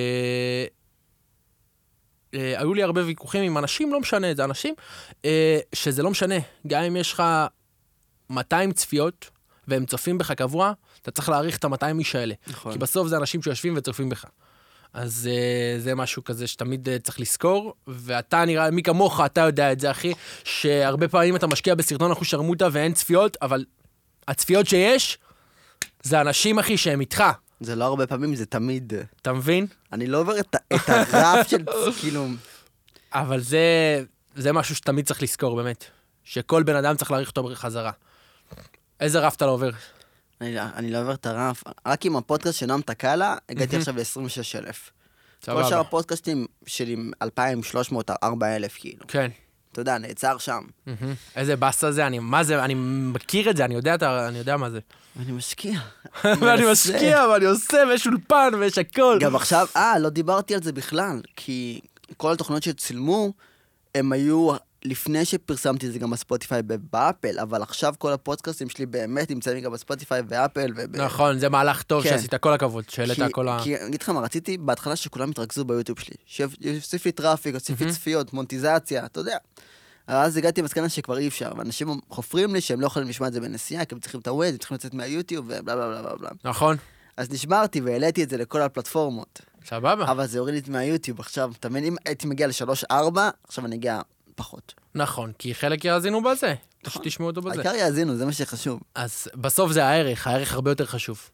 לי הרבה ויכוחים עם אנשים, לא משנה, זה אנשים, שזה לא משנה, גם אם יש לך מאתיים צפיות, והם צופים בך קבוע, אתה צריך להעריך את ה-מאתיים איש האלה. נכון. כי בסוף זה אנשים שיושבים וצופים בך. אז uh, זה משהו כזה שתמיד uh, צריך לזכור, ואתה נראה, מי כמוך, אתה יודע את זה, אחי, שהרבה פעמים אתה משקיע בסרטון אחו שרמוטה ואין צפיות, אבל הצפיות שיש, זה אנשים, אחי, שהם איתך. זה לא הרבה פעמים, זה תמיד... אתה מבין? אני לא עובר את, את הרף של כאילו... אבל זה, זה משהו שתמיד צריך לזכור, באמת. שכל בן אדם צריך להעריך אותו בחזרה. איזה רף אתה לא עובר? אני, אני לא עובר את הרף. רק עם הפודקאסט שנועם תקלה, הגעתי עכשיו ל-עשרים ושש אלף. כל שאר הפודקאסטים שלי אלפיים ושלוש מאות, ארבע אלף כאילו. כן. אתה יודע, נעצר שם. איזה בסה זה, אני, מה זה, אני מכיר את זה, אני יודע, אני יודע מה זה. אני משקיע. ואני משקיע, ואני עושה, ויש אולפן, ויש הכל. גם עכשיו, אה, לא דיברתי על זה בכלל, כי כל התוכניות שצילמו, הם היו... לפני שפרסמתי את זה גם בספוטיפיי ובאפל, אבל עכשיו כל הפודקאסטים שלי באמת נמצאים גם בספוטיפיי ואפל. נכון, זה מהלך טוב שעשית, כל הכבוד, שהעלית כל ה... כי אני אגיד לך מה, רציתי בהתחלה שכולם יתרכזו ביוטיוב שלי, שיוסיף לי טראפיק, יוסיף לי צפיות, מונטיזציה, אתה יודע. אז הגעתי למסקנה שכבר אי אפשר, ואנשים חופרים לי שהם לא יכולים לשמוע את זה בנסיעה, כי הם צריכים את הווד, הם צריכים לצאת מהיוטיוב ובלה בלה בלה בלה. נכון. אז נשמרתי והעליתי את זה לכל הפלטפורמות. סבבה. אבל זה הוריד לי מהיוטיוב. עכשיו, תמיד אם הייתי מגיע ל-שלוש ארבע, עכשיו אני אגיע פחות. נכון, כי חלק יאזינו בזה. נכון. תשמעו אותו בזה. העיקר יאזינו, זה מה שחשוב. אז בסוף זה הערך, הערך הרבה יותר חשוב.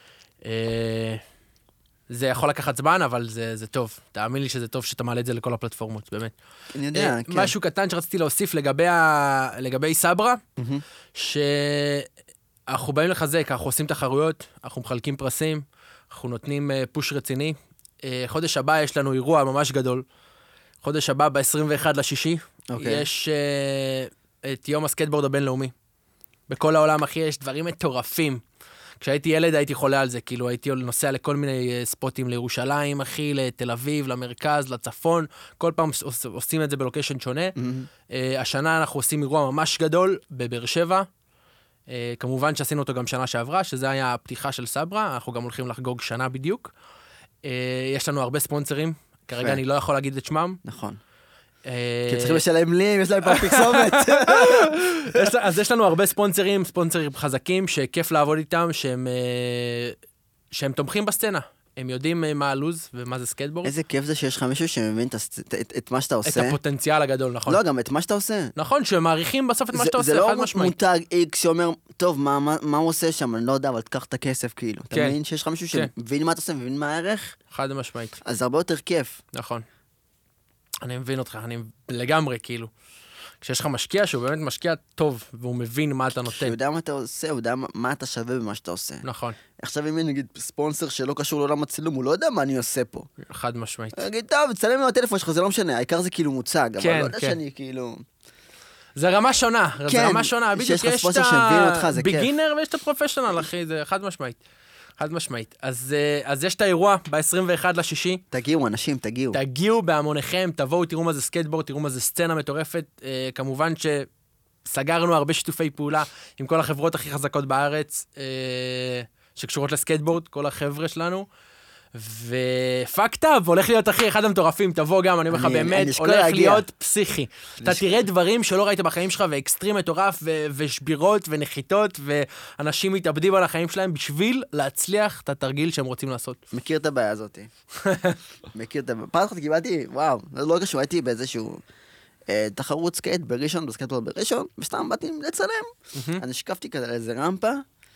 זה יכול לקחת זמן, אבל זה, זה טוב. תאמין לי שזה טוב שאתה מעלה את זה לכל הפלטפורמות, באמת. אני יודע, כן. משהו קטן שרציתי להוסיף לגבי, ה... לגבי סברה, שאנחנו באים לחזק, אנחנו עושים תחרויות, אנחנו מחלקים פרסים, אנחנו נותנים פוש רציני. חודש הבא יש לנו אירוע ממש גדול. חודש הבא, ב-עשרים ואחד לשישי, okay. יש uh, את יום הסקייטבורד הבינלאומי. בכל העולם, אחי, יש דברים מטורפים. כשהייתי ילד, הייתי חולה על זה, כאילו, הייתי נוסע לכל מיני uh, ספוטים לירושלים, אחי, לתל אביב, למרכז, לצפון, כל פעם עוש, עושים את זה בלוקיישן שונה. Mm-hmm. Uh, השנה אנחנו עושים אירוע ממש גדול בבאר שבע. Uh, כמובן שעשינו אותו גם שנה שעברה, שזה היה הפתיחה של סברה, אנחנו גם הולכים לחגוג שנה בדיוק. Uh, יש לנו הרבה ספונסרים, כרגע אני לא יכול להגיד את שמם. נכון. כי צריכים לשלם לי, יש להם פה פרסומת. אז יש לנו הרבה ספונסרים, ספונסרים חזקים, שכיף לעבוד איתם, שהם תומכים בסצנה. הם יודעים מה הלוז ומה זה סקייטבורד. איזה כיף זה שיש לך מישהו שמבין את מה שאתה עושה. את הפוטנציאל הגדול, נכון. לא, גם את מה שאתה עושה. נכון, שמעריכים בסוף את מה שאתה עושה, חד משמעית. זה לא מותג איקס שאומר, טוב, מה הוא עושה שם? אני לא יודע, אבל תקח את הכסף כאילו. אתה מבין שיש לך מישהו שמבין מה אתה עושה, מבין מה הערך? חד משמעית. אז הרבה יותר כיף. נכון. אני מבין אותך, אני לגמרי כאילו. כשיש לך משקיע שהוא באמת משקיע טוב, והוא מבין מה אתה נותן. שהוא יודע מה אתה עושה, הוא יודע מה אתה שווה במה שאתה עושה. נכון. עכשיו אם אני נגיד ספונסר שלא קשור לעולם הצילום, הוא לא יודע מה אני עושה פה. חד משמעית. אני אגיד, טוב, צלם עם הטלפון שלך, זה לא משנה, העיקר זה כאילו מוצג, אבל לא יודע שאני כאילו... זה רמה שונה, זה רמה שונה. שיש לך ספונסר שמבין אותך, זה כיף. ביגינר ויש את הפרופשונל, אחי, זה חד משמעית. חד משמעית. אז, אז יש את האירוע ב-עשרים ואחד לשישי. תגיעו, אנשים, תגיעו. תגיעו בהמוניכם, תבואו, תראו מה זה סקייטבורד, תראו מה זה סצנה מטורפת. אה, כמובן שסגרנו הרבה שיתופי פעולה עם כל החברות הכי חזקות בארץ, אה, שקשורות לסקייטבורד, כל החבר'ה שלנו. ופקטאב, הולך להיות אחי אחד המטורפים, תבוא גם, אני אומר לך באמת, הולך להיות פסיכי. אתה תראה דברים שלא ראית בחיים שלך, ואקסטרים מטורף, ושבירות ונחיתות, ואנשים מתאבדים על החיים שלהם בשביל להצליח את התרגיל שהם רוצים לעשות. מכיר את הבעיה הזאת. מכיר את הבעיה. פעם אחת קיבלתי, וואו, לא קשור, הייתי באיזשהו תחרות סקייט בראשון, בסקייטבורד בראשון, וסתם באתי לצלם. אני שקפתי כזה לאיזה רמפה,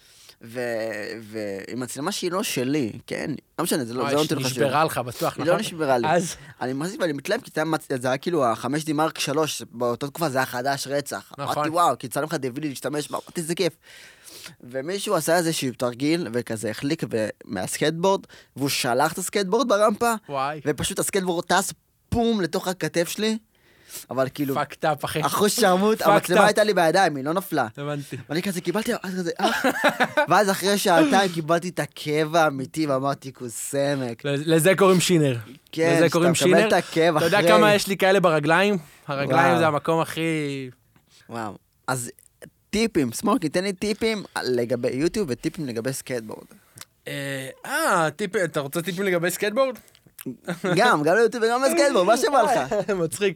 ועם מצלמה שהיא לא שלי, כן? לא משנה, זה לא נותן לך שלי. נשברה לך, בטוח, נכון? היא לא נשברה לי. אני מחזיק ואני מתלם, כי זה היה כאילו החמש די מרק שלוש, באותה תקופה זה היה חדש רצח. נכון. אמרתי, וואו, כי צלם לך דיווידי להשתמש, אמרתי, זה כיף. ומישהו עשה איזשהו תרגיל, וכזה החליק מהסקייטבורד, והוא שלח את הסקייטבורד ברמפה, ופשוט הסקייטבורד טס פום לתוך הכתף שלי, אבל כאילו, פקטאפ, אחי. אחוז שרמוט, המצלמה הייתה לי בידיים, היא לא נפלה. הבנתי. ואני כזה קיבלתי, אז כזה, אה, ואז אחרי שעתיים קיבלתי את הכאב האמיתי, ואמרתי, כוסמק. לזה קוראים שינר. כן, שאתה מקבל את הכאב אחרי. אתה יודע כמה יש לי כאלה ברגליים? הרגליים זה המקום הכי... וואו. אז טיפים, סמוקי, תן לי טיפים לגבי יוטיוב וטיפים לגבי סקייטבורד. אה, טיפים, אתה רוצה טיפים לגבי סקייטבורד? גם, גם ליוטיוב וגם לסקייטבורד, מה שבא לך? מצחיק.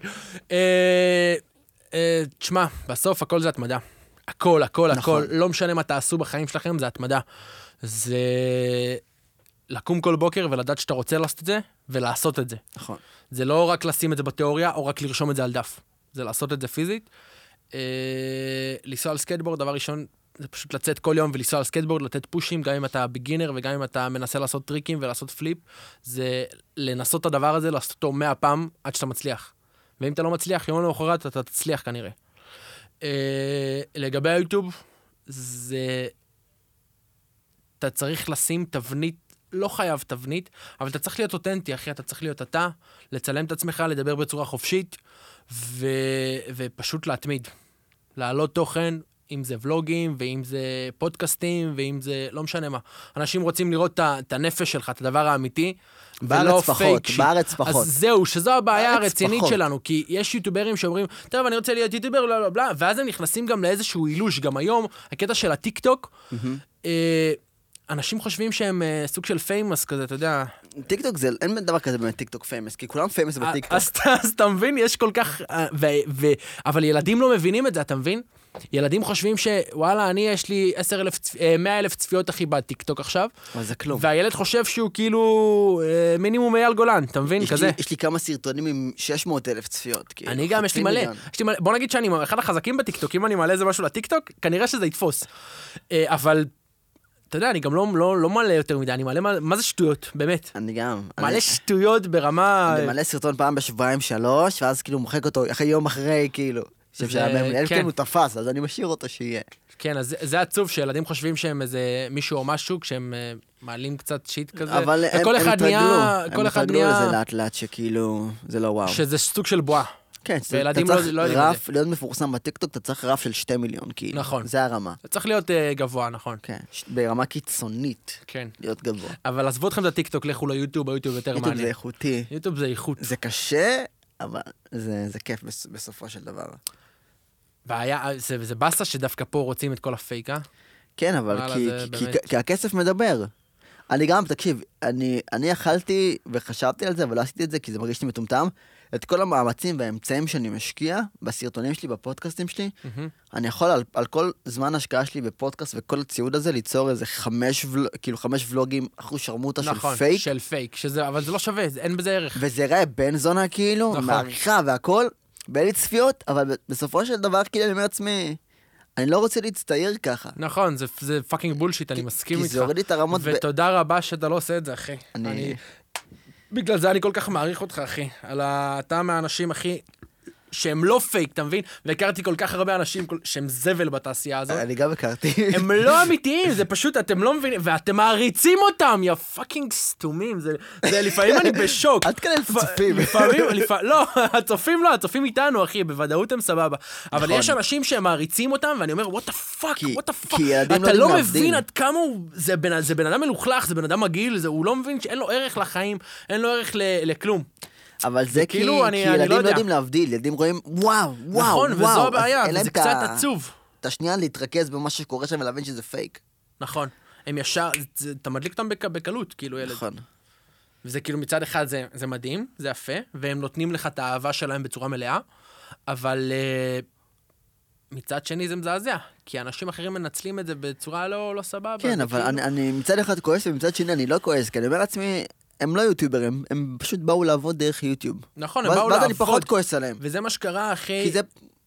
תשמע, בסוף הכל זה התמדה. הכל, הכל, הכל. לא משנה מה תעשו בחיים שלכם, זה התמדה. זה לקום כל בוקר ולדעת שאתה רוצה לעשות את זה, ולעשות את זה. נכון. זה לא רק לשים את זה בתיאוריה, או רק לרשום את זה על דף. זה לעשות את זה פיזית. לנסוע על סקייטבורד, דבר ראשון, זה פשוט לצאת כל יום ולנסוע על סקייטבורד, לתת פושים, גם אם אתה ביגינר וגם אם אתה מנסה לעשות טריקים ולעשות פליפ, זה לנסות את הדבר הזה, לעשות אותו מאה פעם עד שאתה מצליח. ואם אתה לא מצליח, יום למחרת אתה תצליח כנראה. לגבי היוטיוב, זה... אתה צריך לשים תבנית, לא חייב תבנית, אבל אתה צריך להיות אותנטי, אחי, אתה צריך להיות אתה, לצלם את עצמך, לדבר בצורה חופשית, ו... ופשוט להתמיד. לעלות תוכן, אם זה ולוגים, ואם זה פודקאסטים, ואם זה לא משנה מה. אנשים רוצים לראות את הנפש שלך, את הדבר האמיתי, ולא פייק. בארץ פחות. אז זהו, שזו הבעיה הרצינית שלנו, כי יש יוטיוברים שאומרים, טוב, אני רוצה להיות יוטיובר, בלה בלה בלה, ואז הם נכנסים גם לאיזשהו אילוש, גם היום, הקטע של הטיק טוק, אנשים חושבים שהם סוג של פיימוס כזה, אתה יודע. טיק טוק זה, אין דבר כזה באמת טיק טוק פיימוס, כי כולם פיימוס בטיק טוק. אז אתה מבין, יש כל כך, אבל ילדים לא מבינים את זה, אתה מבין? ילדים חושבים שוואלה, אני יש לי מאה אלף צפיות הכי בטיק טוק עכשיו. אבל זה כלום. והילד חושב שהוא כאילו מינימום אייל גולן, אתה מבין? כזה. יש לי כמה סרטונים עם שש מאות אלף צפיות. אני גם, יש לי מלא. בוא נגיד שאני אחד החזקים בטיק טוק, אם אני מעלה איזה משהו לטיק טוק, כנראה שזה יתפוס. אבל... אתה יודע, אני גם לא, לא, לא מלא יותר מדי, אני מלא, מה זה שטויות, באמת? אני גם. מלא אני... שטויות ברמה... אני מלא סרטון פעם בשבועיים שלוש, ואז כאילו מוחק אותו אחרי יום אחרי, כאילו. זה... שהמנהל כן הוא תפס, אז אני משאיר אותו שיהיה. כן, אז זה, זה עצוב שילדים חושבים שהם איזה מישהו או משהו, כשהם uh, מעלים קצת שיט כזה. אבל הם, הם תרגלו, הם תרגלו לזה לאט לאט שכאילו, זה לא וואו. שזה סוג של בועה. כן, אתה צריך רף, להיות מפורסם בטיקטוק, אתה צריך רף של שתי מיליון, כאילו. נכון. זה הרמה. אתה צריך להיות uh, גבוה, נכון. כן, ברמה קיצונית. כן. להיות גבוה. אבל עזבו אתכם את הטיקטוק, לכו ליוטיוב, היוטיוב יותר מעניין. יוטיוב זה איכותי. יוטיוב זה איכות. זה קשה, אבל זה, זה כיף בסופו של דבר. והיה, זה, זה בסה שדווקא פה רוצים את כל הפייקה. כן, אבל כי, כי, כי, כי הכסף מדבר. אני גם, תקשיב, אני, אני אכלתי וחשבתי על זה, אבל לא עשיתי את זה, כי זה מרגיש לי מטומטם. את כל המאמצים והאמצעים שאני משקיע בסרטונים שלי, בפודקאסטים שלי, mm-hmm. אני יכול על, על כל זמן השקעה שלי בפודקאסט וכל הציוד הזה ליצור איזה חמש, ול, כאילו חמש ולוגים אחוז שרמוטה נכון, של פייק. של פייק, שזה, אבל זה לא שווה, זה, אין בזה ערך. וזה ראה בן זונה כאילו, נכון. מעריכה והכל, באלי צפיות, אבל בסופו של דבר כאילו אני אומר לעצמי, אני לא רוצה להצטייר ככה. נכון, זה, זה פאקינג בולשיט, אני מסכים איתך. כי זה הוריד לי את הרמות. ותודה ב... רבה שאתה לא עושה את זה, אחי. אני... אני... בגלל זה אני כל כך מעריך אותך, אחי. על אתה מהאנשים, אחי, שהם לא פייק, אתה מבין? והכרתי כל כך הרבה אנשים שהם זבל בתעשייה הזאת. אני גם הכרתי. הם לא אמיתיים, זה פשוט, אתם לא מבינים, ואתם מעריצים אותם, יא פאקינג סתומים. זה, זה לפעמים אני בשוק. עד כאלה צופים. לפעמים, לפעמים, לא, הצופים לא, הצופים איתנו, אחי, בוודאות הם סבבה. אבל יש אנשים שהם מעריצים אותם, ואני אומר, what the fuck, what the fuck. אתה לא מבין עד כמה הוא, זה בן אדם מלוכלך, זה בן אדם מגעיל, הוא לא מבין שאין לו ערך לחיים, אין לו ערך לכלום. אבל זה כי ילדים לא יודעים להבדיל, ילדים רואים וואו, וואו, נכון, וזו הבעיה, וזה קצת עצוב. את השנייה להתרכז במה שקורה שם ולהבין שזה פייק. נכון, הם ישר, אתה מדליק אותם בקלות, כאילו ילד. נכון. וזה כאילו מצד אחד זה מדהים, זה יפה, והם נותנים לך את האהבה שלהם בצורה מלאה, אבל מצד שני זה מזעזע, כי אנשים אחרים מנצלים את זה בצורה לא סבבה. כן, אבל אני מצד אחד כועס ומצד שני אני לא כועס, כי אני אומר לעצמי, הם לא יוטיוברים, הם פשוט באו לעבוד דרך יוטיוב. נכון, הם באו לעבוד. ואז אני פחות כועס עליהם. וזה מה שקרה אחרי... כי זה...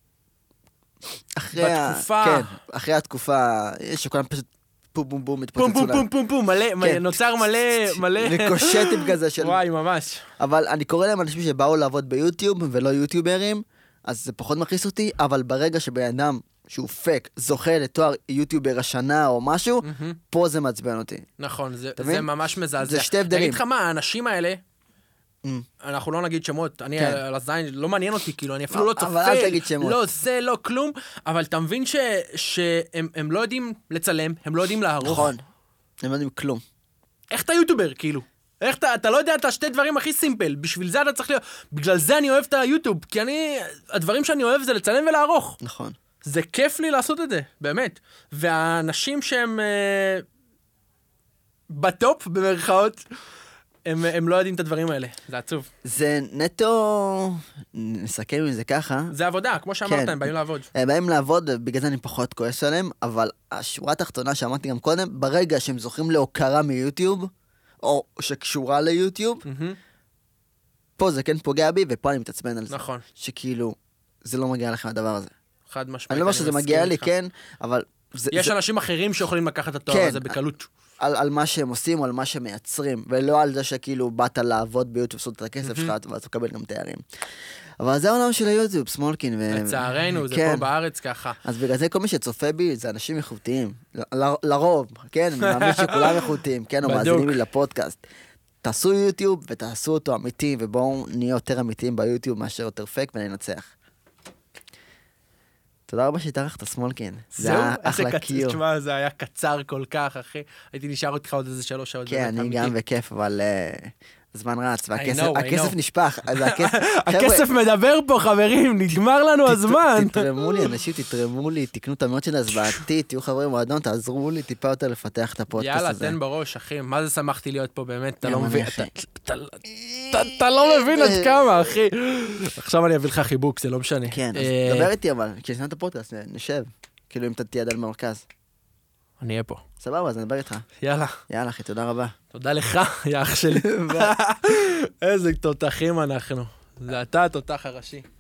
אחרי בתקופה... כן, אחרי התקופה, שכולם פשוט פום פום פום מתפוצצו להם. פום פום פום פום פום, מלא, נוצר מלא, מלא... ריקושטים כזה של... וואי, ממש. אבל אני קורא להם אנשים שבאו לעבוד ביוטיוב ולא יוטיוברים, אז זה פחות מכניס אותי, אבל ברגע שבן אדם שהוא פק, זוכה לתואר יוטיובר השנה או משהו, פה זה מעצבן אותי. נכון, זה ממש מזעזע. זה שתי הבדלים. תגיד לך מה, האנשים האלה, אנחנו לא נגיד שמות, אני על הזין, לא מעניין אותי, כאילו, אני אפילו לא צופה. אבל אל תגיד שמות. לא, זה לא כלום, אבל אתה מבין שהם לא יודעים לצלם, הם לא יודעים לערוך. נכון, הם לא יודעים כלום. איך אתה יוטיובר, כאילו? איך אתה, אתה לא יודע את השתי דברים הכי סימפל, בשביל זה אתה צריך להיות, בגלל זה אני אוהב את היוטיוב, כי אני, הדברים שאני אוהב זה לצלם ולערוך. נכון. זה כיף לי לעשות את זה, באמת. והאנשים שהם אה, בטופ, במרכאות, הם, הם לא יודעים את הדברים האלה. זה עצוב. זה נטו, נסכם עם זה ככה. זה עבודה, כמו שאמרת, כן. הם באים לעבוד. הם באים לעבוד, בגלל זה אני פחות כועס עליהם, אבל השורה התחתונה שאמרתי גם קודם, ברגע שהם זוכים להוקרה מיוטיוב, או שקשורה ליוטיוב, mm-hmm. פה זה כן פוגע בי, ופה אני מתעצבן על זה. נכון. שכאילו, זה לא מגיע לכם הדבר הזה. חד משמעית. אני לא אומר שזה מגיע לי, כן, אבל... יש אנשים אחרים שיכולים לקחת את התואר הזה בקלות. על מה שהם עושים, או על מה שהם מייצרים, ולא על זה שכאילו באת לעבוד ביוטיוב, לעשות את הכסף שלך, ואתה מקבל גם תארים. אבל זה העולם של היוטיוב, סמולקין. לצערנו, זה פה בארץ ככה. אז בגלל זה כל מי שצופה בי, זה אנשים איכותיים. לרוב, כן, אני מאמין שכולם איכותיים, כן, או מאזינים לי לפודקאסט. תעשו יוטיוב ותעשו אותו אמיתי, ובואו נהיה יותר אמיתיים ביוטיוב מאשר יותר פייק וננצח. תודה רבה שהתארחת, סמולקין. זה היה אחלה קיו. תשמע, זה היה קצר כל כך, אחי. הייתי נשאר אותך עוד איזה שלוש שעות. כן, אני גם בכיף, אבל זמן רץ, והכסף נשפך. הכסף מדבר פה, חברים, נגמר לנו הזמן. תתרמו לי, אנשים תתרמו לי, תקנו את המאות שלה, אז בעתיד, תהיו חברים מועדון, תעזרו לי טיפה יותר לפתח את הפודקאסט הזה. יאללה, תן בראש, אחי. מה זה שמחתי להיות פה, באמת? אתה לא מבין. אתה לא מבין עד כמה, אחי. עכשיו אני אביא לך חיבוק, זה לא משנה. כן, אז דבר איתי אבל, כשנסיים את הפודקאסט, נשב. כאילו אם אתה תהיה עד על מרכז. אני אהיה פה. סבבה, אז אני אדבר איתך. יאללה. יאללה, אחי, תודה רבה. תודה לך, יא אח שלי. איזה תותחים אנחנו. זה אתה התותח הראשי.